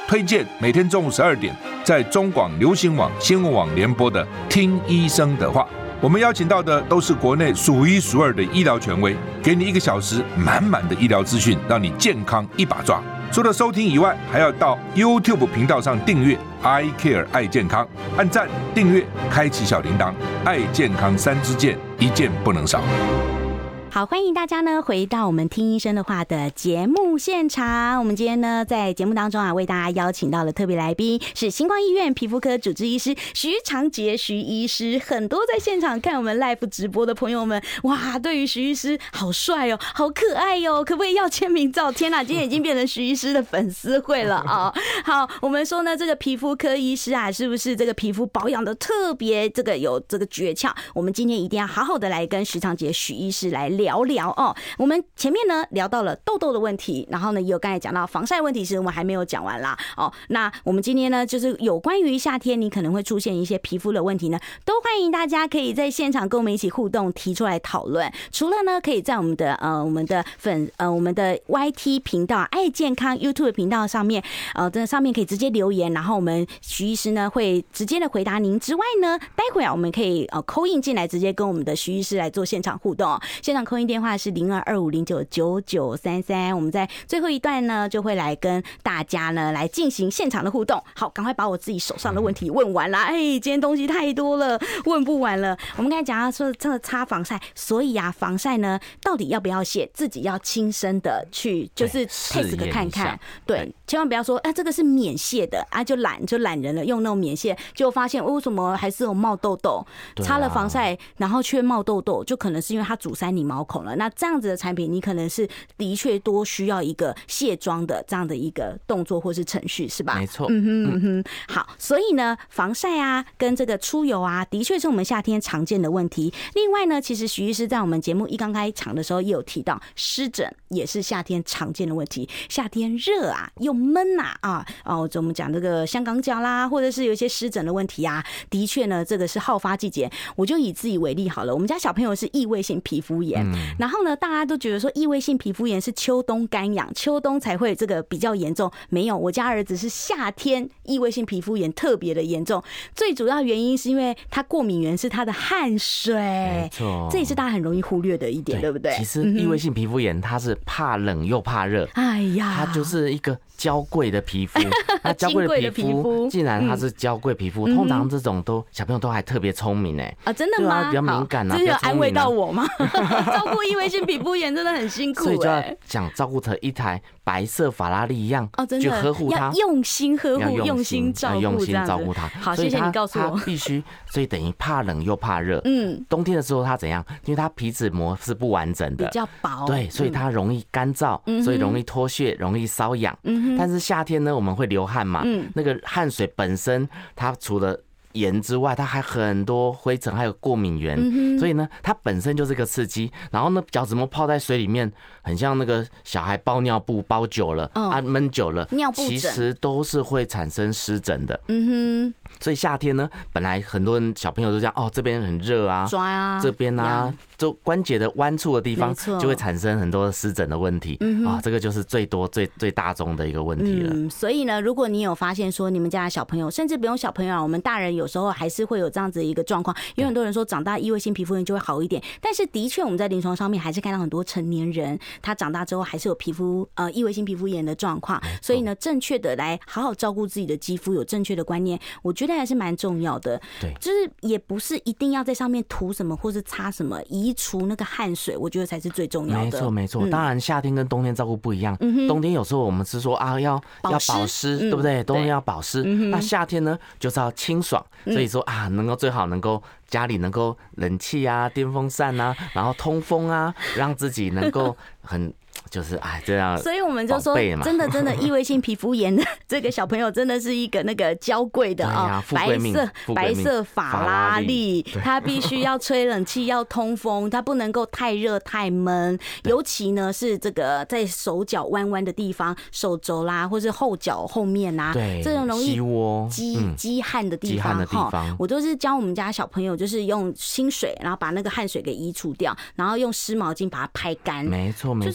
推荐每天中午十二点在中广流行网、新闻网联播的《听医生的话》。我们邀请到的都是国内数一数二的医疗权威，给你一个小时满满的医疗资讯，让你健康一把抓。除了收听以外，还要到 YouTube 频道上订阅 I Care 爱健康，按赞、订阅、开启小铃铛，爱健康三支箭，一件不能少。 好，欢迎大家呢回到我们听医生的话的节目现场。我们今天呢在节目当中啊，为大家邀请到了特别来宾，是星光医院皮肤科主治医师徐长杰徐医师。很多在现场看我们 live 直播的朋友们，哇，对于徐医师好帅哦，好可爱哦，可不可以要签名照？天哪，今天已经变成徐医师的粉丝会了啊、哦！好，我们说呢，这个皮肤科医师啊，是不是这个皮肤保养的特别这个有这个诀窍？我们今天一定要好好的来跟徐长杰徐医师来聊。聊聊哦，我们前面呢聊到了痘痘的问题，然后呢也有刚才讲到防晒问题，其实我们还没有讲完啦哦。那我们今天呢就是有关于夏天你可能会出现一些皮肤的问题呢，都欢迎大家可以在现场跟我们一起互动，提出来讨论。除了呢可以在我们的呃我们的粉呃我们的 Y T 频道爱健康 YouTube 频道上面呃在上面可以直接留言，然后我们徐医师呢会直接的回答您。之外呢，待会啊我们可以呃 call in 进来，直接跟我们的徐医师来做现场互动哦。现场 call in电话是零二二五零九九九三三，我们在最后一段呢就会来跟大家呢来进行现场的互动。好，赶快把我自己手上的问题问完啦！哎，今天东西太多了，问不完了。我们刚才讲到说这个擦防晒，所以啊，防晒呢到底要不要卸，自己要亲身的去就是 test 个看看。对，千万不要说啊这个是免卸的啊，就懒就懒人了，用那种免卸，结果发现为什么还是有冒痘痘？擦了防晒然后却冒痘痘，就可能是因为它阻塞你毛孔了。那这样子的产品，你可能是的确多需要一个卸妆的这样的一个动作或是程序，是吧？ 没错。 嗯哼嗯哼。好，所以呢，防晒啊，跟这个出油啊，的确是我们夏天常见的问题。另外呢，其实徐医师在我们节目一刚开场的时候也有提到，湿疹也是夏天常见的问题。夏天热啊，又闷呐啊哦，就我们讲这个香港脚啦，或者是有一些湿疹的问题啊，的确呢，这个是好发季节。我就以自己为例好了，我们家小朋友是异位性皮肤炎。嗯然后呢，大家都觉得说异位性皮肤炎是秋冬干痒，秋冬才会这个比较严重。没有，我家儿子是夏天异位性皮肤炎特别的严重。最主要原因是因为他过敏源是他的汗水，没错，这也是大家很容易忽略的一点， 对, 对不对？ 其实异位性皮肤炎它是怕冷又怕热，哎呀，它就是一个娇贵的皮肤。那娇贵的皮肤，既然它是娇贵皮肤，嗯、通常这种都小朋友都还特别聪明哎啊，真的吗？ 啊、比较敏感啊， 这有安慰到我吗？照顾异位性皮肤炎真的很辛苦， 所以就要想照顾成一台白色法拉利一样哦，真的去呵护它， 要用心呵护，用心照顾， 用心照顾它。 好，谢谢你告诉我， 必须，所以等于怕冷又怕热。嗯，冬天的时候它怎样？因为它皮脂膜是不完整的， 比较薄， 对，所以它容易干燥，嗯、所以容易脱屑，容易瘙痒。嗯，但是夏天呢，我们会流汗嘛，嗯，那个汗水本身它除了盐之外，它还很多灰尘，还有过敏源，嗯、所以呢，它本身就是个刺激。然后呢，角质膜泡在水里面，很像那个小孩包尿布包久了，哦、啊闷久了， 尿布疹其实都是会产生湿疹的。嗯哼。所以夏天呢，本来很多人小朋友都这样哦，这边很热啊， 抓啊， 这边啊，就关节的弯处的地方就会产生很多湿疹的问题。嗯啊、哦，这个就是最多最最大宗的一个问题了。 嗯，所以呢，如果你有发现说你们家的小朋友，甚至不用小朋友啊，我们大人有时候还是会有这样子的一个状况。有很多人说长大异位性皮肤炎就会好一点，但是的确我们在临床上面还是看到很多成年人，他长大之后还是有皮肤呃异位性皮肤炎的状况。所以呢，正确的来好好照顾自己的肌肤，有正确的观念，我觉得还是蛮重要的。 对， 就是也不是一定要在上面涂什么或是擦什么，移除那个汗水，我觉得才是最重要的。 没错没错、嗯，当然夏天跟冬天照顾不一样。嗯、冬天有时候我们是说啊要要保湿，对不对？冬天要保湿，嗯、那夏天呢就是要清爽。所以说啊，能够最好能够家里能够冷气啊、电风扇啊，然后通风啊，让自己能够很。就是哎，这样， 所以我们就说，真的真的，异位性皮肤炎的这个小朋友真的是一个那个娇贵的啊、哦，白色白色法拉利，他必须要吹冷气，要通风，他不能够太热太闷，尤其呢是这个在手脚弯弯的地方，手肘啦，或是后脚后面啊，这种容易积积汗的地方哈，我都是教我们家小朋友，就是用清水，然后把那个汗水给移除掉，然后用湿毛巾把它拍干， 没错没错， 就是那个。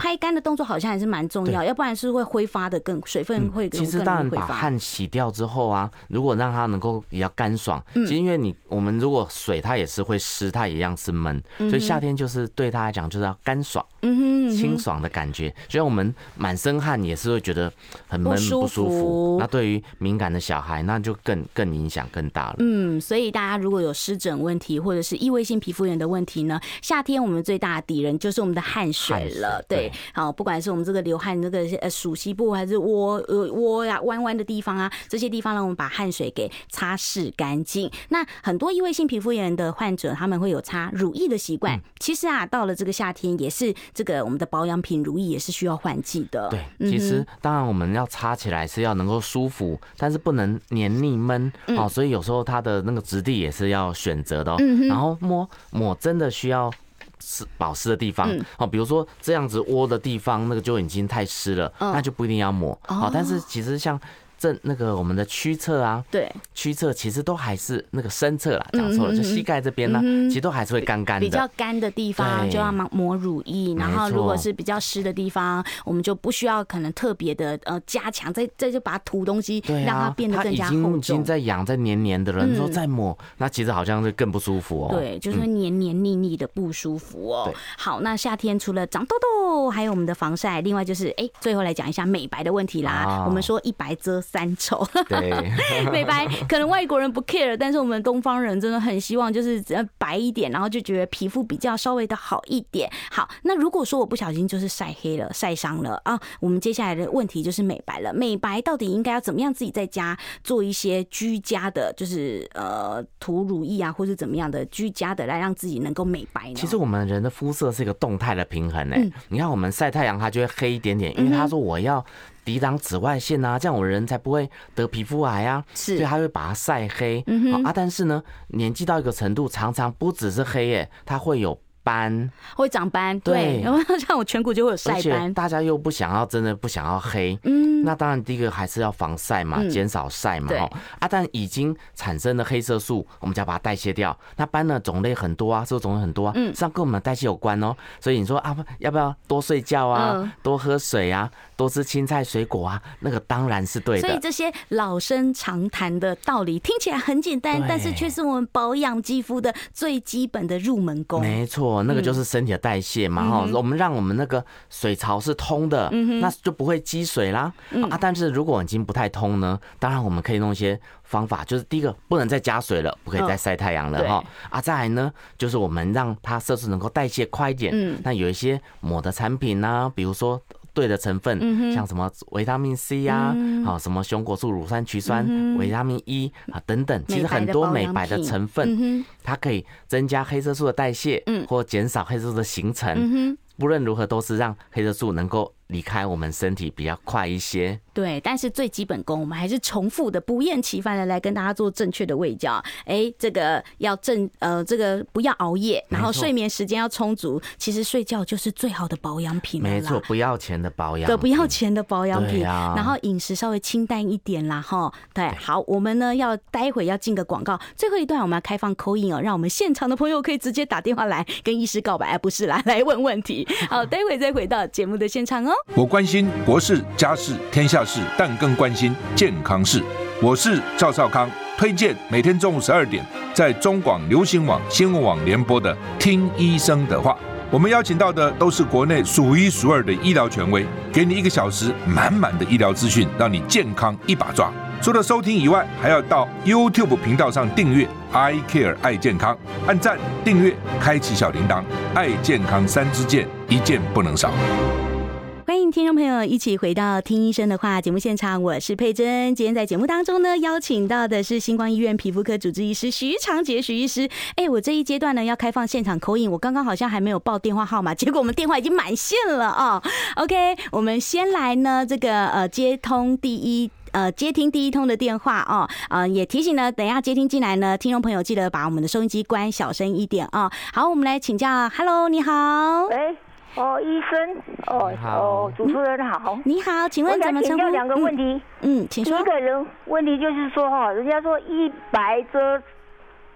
拍干的动作好像还是蛮重要，要不然是会挥发的更水分会更、嗯、 其实当然把汗洗掉之后啊，如果让它能够比较干爽，嗯、其实因为你我们如果水它也是会湿，它也一样是闷，嗯、所以夏天就是对它来讲就是要干爽，嗯哼嗯哼清爽的感觉。所以我们满身汗也是会觉得很闷不舒服。那对于敏感的小孩，那就更更影响更大了。嗯， 所以大家如果有湿疹问题或者是异位性皮肤炎的问题呢，夏天我们最大的敌人就是我们的汗水了。对，好，不管是我们这个流汗这个呃属膝部还是窝呃窝呀弯弯的地方啊，这些地方呢，我们把汗水给擦拭干净。那很多异位性皮肤炎的患者，他们会有擦乳液的习惯。嗯、其实啊，到了这个夏天，也是这个我们的保养品乳液也是需要换季的。 对，其实当然我们要擦起来是要能够舒服，但是不能黏腻闷哦，所以有时候它的那个质地也是要选择的哦。嗯、然后抹抹真的需要保湿的地方哦，比如说这样子窝的地方，那个就已经太湿了，那就不一定要抹哦。但是其实像正那个我们的屈侧啊，对，屈侧其实都还是那个身侧啦，讲错了，就膝盖这边呢，其实都还是会干干的。 比较干的地方就要抹乳液，然后如果是比较湿的地方，我们就不需要可能特别的呃加强，再再就把它涂东西，让它变得更加厚重。 它已经已经在痒在黏黏的了，你说再抹，那其实好像是更不舒服哦。 对，就是会黏黏腻腻的不舒服哦。好，那夏天除了长痘痘，还有我们的防晒，另外就是哎，最后来讲一下美白的问题啦。我们说一白遮三丑，对，美白可能外国人不 care， 但是我们东方人真的很希望就是白一点，然后就觉得皮肤比较稍微的好一点。好，那如果说我不小心就是晒黑了、晒伤了啊，我们接下来的问题就是美白了。美白到底应该要怎么样自己在家做一些居家的，就是呃涂乳液啊，或是怎么样的居家的来让自己能够美白呢？ 其实我们人的肤色是一个动态的平衡哎、欸，嗯、你看我们晒太阳它就会黑一点点，因为他说我要抵挡紫外线啊，这样我人才不会得皮肤癌啊，所以他会把它晒黑、嗯、啊。但是呢，年纪到一个程度，常常不只是黑耶，它会有斑， 会长斑，对，然后像我颧骨就会有晒斑。 大家又不想要，真的不想要黑，嗯，那当然第一个还是要防晒嘛，减、嗯、少晒嘛，哈啊。但已经产生的黑色素，我们就要把它代谢掉。那斑呢，种类很多啊，是不是种类很多啊？嗯，实际上跟我们的代谢有关哦。所以你说啊，要不要多睡觉啊，嗯、多喝水啊？多吃青菜水果啊，那个当然是对的。 所以这些老生常谈的道理听起来很简单，但是却是我们保养肌肤的最基本的入门功。 没错，那个就是身体的代谢嘛，哈、嗯，我们让我们那个水槽是通的，嗯、那就不会积水啦。嗯、啊，但是如果已经不太通呢，当然我们可以弄一些方法，就是第一个不能再加水了，不可以再晒太阳了哈、哦。啊，再来呢，就是我们让它色素能够代谢快一点。嗯，那有一些抹的产品呢、啊，比如说。对的成分，嗯、像什么维他命 C 啊，嗯、什么熊果素乳酸麴酸、嗯、维他命 E 啊等等，其实很多美白的成分，嗯、它可以增加黑色素的代谢，嗯、或减少黑色素的形成。嗯、不论如何，都是让黑色素能够离开我们身体比较快一些。 对，但是最基本功，我们还是重复的、不厌其烦的来跟大家做正确的卫教。哎，这个要正呃，这个不要熬夜，然后睡眠时间要充足。其实睡觉就是最好的保养品了啦。 没错，不要钱的保养品， 对，不要钱的保养品。 啊、 然后饮食稍微清淡一点啦，哈。对，好，我们呢要待会要进个广告，最后一段我们要开放 call in 哦，让我们现场的朋友可以直接打电话来跟医师告白，不是啦，来问问题。好，待会再回到节目的现场哦。 我关心国事、家事、天下事，但更关心健康事。我是赵少康，推荐每天中午十二点在中广流行网、新闻网联播的《听医生的话》。我们邀请到的都是国内数一数二的医疗权威，给你一个小时满满的医疗资讯，让你健康一把抓。除了收听以外，还要到 YouTube 频道上订阅 I Care 爱健康，按赞、订阅、开启小铃铛，爱健康三支箭，一件不能少。 欢迎听众朋友一起回到听医生的话节目现场，我是佩珍。今天在节目当中呢，邀请到的是星光医院皮肤科主治医师徐长杰徐医师。哎，我这一阶段呢要开放现场call in，我刚刚好像还没有报电话号码，结果我们电话已经满线了啊、哦。OK， 我们先来呢这个呃接通第一。呃，接听第一通的电话哦，呃，也提醒呢，等一下接听进来呢，听众朋友记得把我们的收音机关小声一点啊、哦。好，我们来请教 ，Hello， 你好。 喂，哦，医生，哦，哦，主持人好。 你好，请问怎么称呼？ 我想请教两个问题。嗯， 嗯请说。 第一个人问题就是说哈，人家说一白遮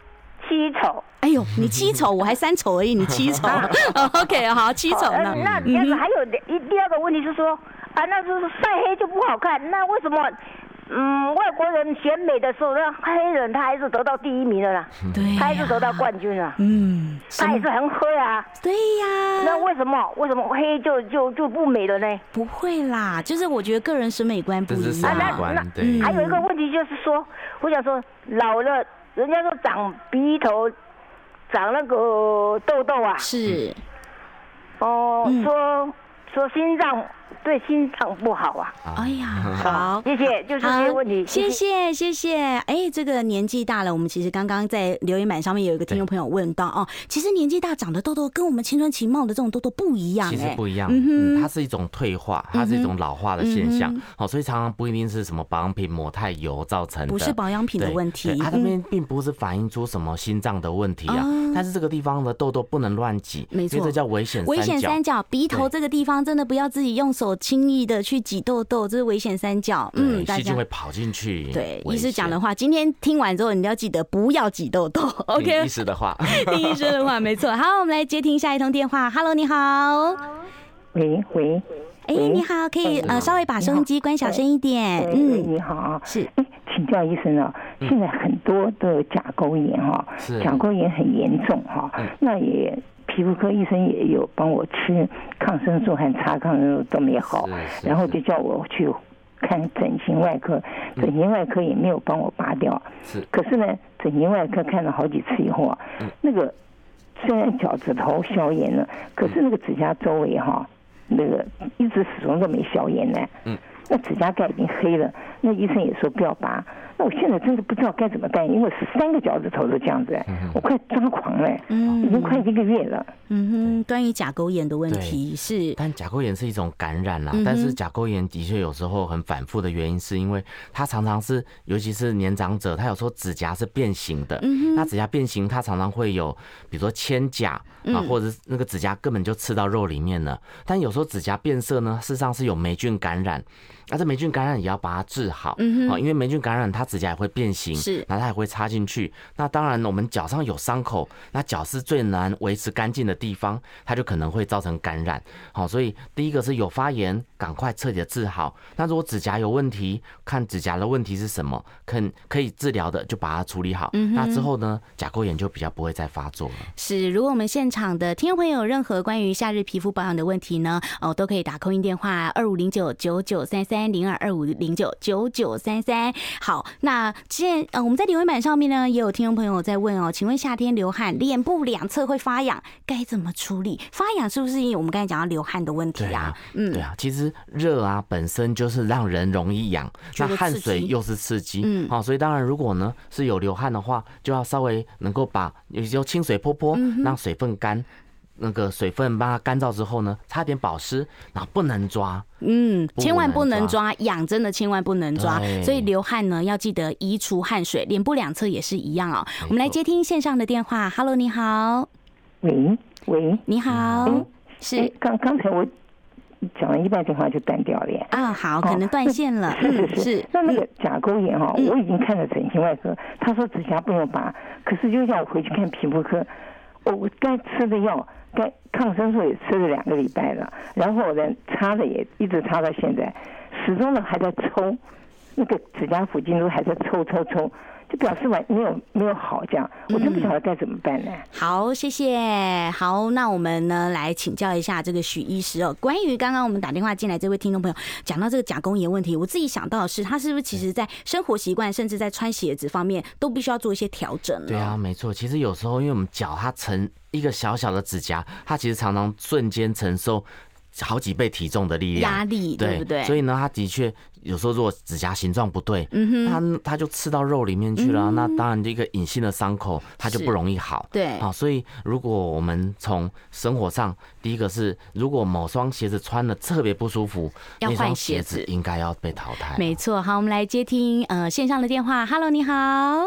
七丑。 哎呦，你七丑，我还三丑而已，你七丑。OK， 好，七丑呢？ 那那个还有一第二个问题是说啊，那是晒黑就不好看，那为什么？嗯，外国人选美的时候，那黑人他还是得到第一名的啦， 对、啊， 他还是得到冠军了， 嗯， 他也是很黑啊， 对呀、啊。 那为什么为什么黑就就就不美了呢？ 不会啦，就是我觉得个人审美观不一样。 啊、那那嗯、 还有一个问题就是说，我想说老了，人家说长鼻头，长那个痘痘啊， 是， 哦、嗯，说说心脏。对心脏不好啊！ 哎呀，好， 谢谢，就是这些问题。 谢谢，谢谢。哎，这个年纪大了，我们其实刚刚在留言板上面有一个听众朋友问到哦，其实年纪大长的痘痘跟我们青春期冒的这种痘痘不一样， 其实不一样，嗯，它是一种退化，它是一种老化的现象，好，所以常常不一定是什么保养品抹太油造成的， 不是保养品的问题， 它这边并不是反映出什么心脏的问题啊，但是这个地方的痘痘不能乱挤， 没错， 因为这叫危险危险三角，鼻头这个地方真的不要自己用手轻易的去挤痘痘，这是危险三角。 嗯，细菌会跑进去。 对，医师讲的话，今天听完之后，你要记得不要挤痘痘。OK， 医师的话， 听医生的话，没错。好，我们来接听下一通电话。Hello， 你好。 喂喂， 哎、欸，你好，可以呃稍微把收音机关小声一点。 嗯，你好， 是。 哎，请教医生啊，现在很多的甲沟炎哈，甲沟炎很严重哈，那也。皮肤科医生也有帮我吃抗生素和擦抗生素都没好，然后就叫我去看整形外科，整形外科也没有帮我拔掉。 是， 可是呢，整形外科看了好几次以后啊，那个虽然脚趾头消炎了，可是那个指甲周围哈，那个一直始终都没消炎呢。嗯，那指甲盖已经黑了，那医生也说不要拔。那我现在真的不知道该怎么办，因为十三个脚趾头都这样子，嗯、我快抓狂了，嗯，已经快一个月了。 嗯哼，关于甲沟炎的问题是， 但甲沟炎是一种感染啦，嗯、但是甲沟炎的确有时候很反复的原因，是因为它常常是，尤其是年长者，他有时候指甲是变形的，嗯、那指甲变形，它常常会有，比如说牵甲啊，或者是那个指甲根本就刺到肉里面了。但有时候指甲变色呢，事实上是有霉菌感染。那、啊、这霉菌感染也要把它治好，嗯、因为霉菌感染它指甲也会变形， 是， 那它也会插进去。那当然，我们脚上有伤口，那脚是最难维持干净的地方，它就可能会造成感染。好，所以第一个是有发炎，赶快彻底的治好。那如果指甲有问题，看指甲的问题是什么，可可以治疗的就把它处理好。嗯、那之后呢，甲沟炎就比较不会再发作了。 是，如果我们现场的听众朋友有任何关于夏日皮肤保养的问题呢，哦，都可以打空音电话二五零九九九三三。零二二五零九九九三三。好，那现呃我们在留言板上面呢，也有听众朋友在问哦，请问夏天流汗，脸部两侧会发痒，该怎么处理？发痒是不是因为我们刚才讲到流汗的问题啊？ 对啊，嗯，对啊，其实热啊本身就是让人容易痒，那汗水又是刺激，嗯，好，所以当然如果呢是有流汗的话，就要稍微能够把有时候清水泼泼，让水分干。那个水分帮它干燥之后呢，擦点保湿，然后不能抓， 嗯，千万不能抓，痒真的千万不能抓。所以流汗呢，要记得移除汗水，脸部两侧也是一样哦。我们来接听线上的电话 ，Hello， 你好， 喂喂， 你好，嗯、是刚刚才我讲了一半电话就断掉了耶。 啊，好，可能断线了， 是是是。 是那那个甲沟炎哈，我已经看了整形外科，他说指甲不用拔，可是就叫我回去看皮肤科，我该吃的药。该抗生素也吃了两个礼拜了，然后呢，擦的也一直擦到现在，始终呢还在抽，那个指甲附近都还在抽抽抽，就表示完没有没有好这样，我真不晓得该怎么办呢？ 嗯、好，谢谢。好，那我们呢来请教一下这个许医师哦，关于刚刚我们打电话进来这位听众朋友讲到这个甲沟炎问题，我自己想到的是，他是不是其实在生活习惯，甚至在穿鞋子方面都必须要做一些调整？ 对啊，没错。其实有时候因为我们脚它成一个小小的指甲，它其实常常瞬间承受好几倍体重的力量压力，对不对？ 所以呢，它的确有时候如果指甲形状不对，嗯哼，它它就刺到肉里面去了，嗯、那当然这个隐性的伤口它就不容易好。 对， 好，所以如果我们从生活上，第一个是如果某双鞋子穿的特别不舒服， 要换鞋子，应该要被淘汰。 没错，好，我们来接听呃线上的电话 ，Hello， 你好。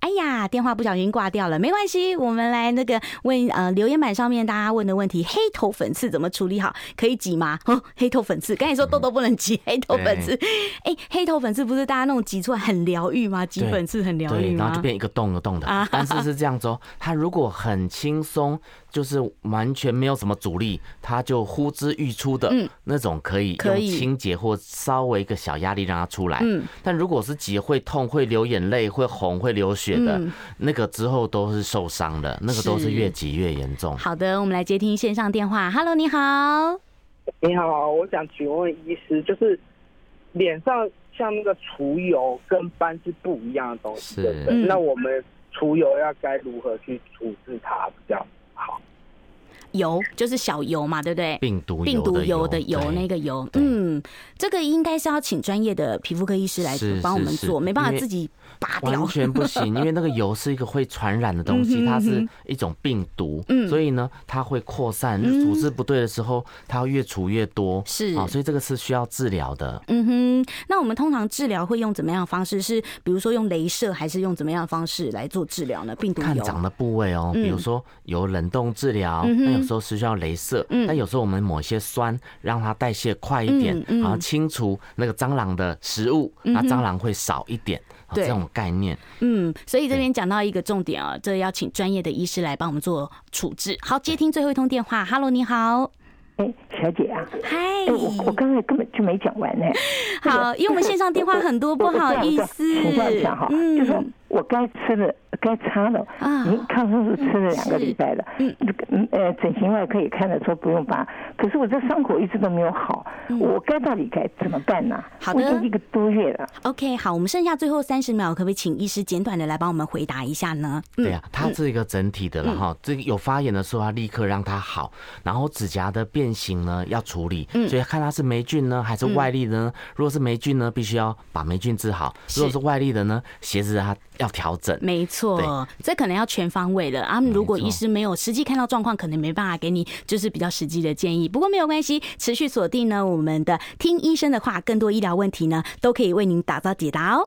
哎呀，电话不小心挂掉了，没关系，我们来那个问呃留言板上面大家问的问题，黑头粉刺怎么处理好？可以挤吗？哦，黑头粉刺，刚才说痘痘不能挤，黑头粉刺，哎、欸，黑头粉刺不是大家那种挤出来很疗愈吗？挤粉刺很疗愈吗？ 然后就变一个洞一个洞的，啊、但是是这样子哦，它如果很轻松，就是完全没有什么阻力，它就呼之欲出的、嗯、那种，可以用清洁或稍微一个小压力让它出来。嗯，但如果是挤会痛、会流眼泪、会红、会流血的、嗯，那个之后都是受伤的，那个都是越挤越严重。 好的，我们来接听线上电话。Hello， 你好。 你好，我想请问医师，就是脸上像那个除油跟斑是不一样的东西，对不对？那我们除油要该如何去处置它比较好？ 油就是小油嘛，对不对？ 病毒病毒油的油，那个油，嗯，这个应该是要请专业的皮肤科医师来帮我们做，没办法自己拔掉， 完全不行，因为那个油是一个会传染的东西，它是一种病毒，嗯，所以呢，它会扩散，组织不对的时候，它会越除越多， 是啊，所以这个是需要治疗的。 嗯哼，那我们通常治疗会用怎么样的方式？是比如说用雷射，还是用怎么样的方式来做治疗呢？病毒油看长的部位哦，比如说有冷冻治疗，那有时候是需要雷射，但有时候我们抹一些酸，让它代谢快一点，然后清除那个蟑螂的食物，那蟑螂会少一点。这种概念， 嗯，所以这边讲到一个重点啊，这要请专业的医师来帮我们做处置。好，接听最后一通电话 ，Hello， 你好， 哎、欸，小姐啊， 嗨、 欸，我我刚才根本就没讲完呢、欸。 好，因为我们线上电话很多，不好意思， 请教一下哈，嗯，就说我该吃的、该擦的，啊，你抗生素吃了两个礼拜了，嗯，呃，整形外科也看了说不用拔，可是我这伤口一直都没有好，嗯、我该到底该怎么办呢？ 好的， 我已经一个多月了。 OK， 好，我们剩下最后三十秒，可不可以请医师简短的来帮我们回答一下呢？ 嗯、对啊，它是一个整体的了哈，这个有发炎的时候，要立刻让它好，然后指甲的变形呢要处理，嗯，所以看它是霉菌呢还是外力的呢？如果是霉菌呢，必须要把霉菌治好；如果是外力的呢，鞋子它要调整。 没错，这可能要全方位了啊！如果医师没有实际看到状况，可能没办法给你就是比较实际的建议。不过没有关系，持续锁定呢我们的听医生的话，更多医疗问题呢都可以为您打造解答哦。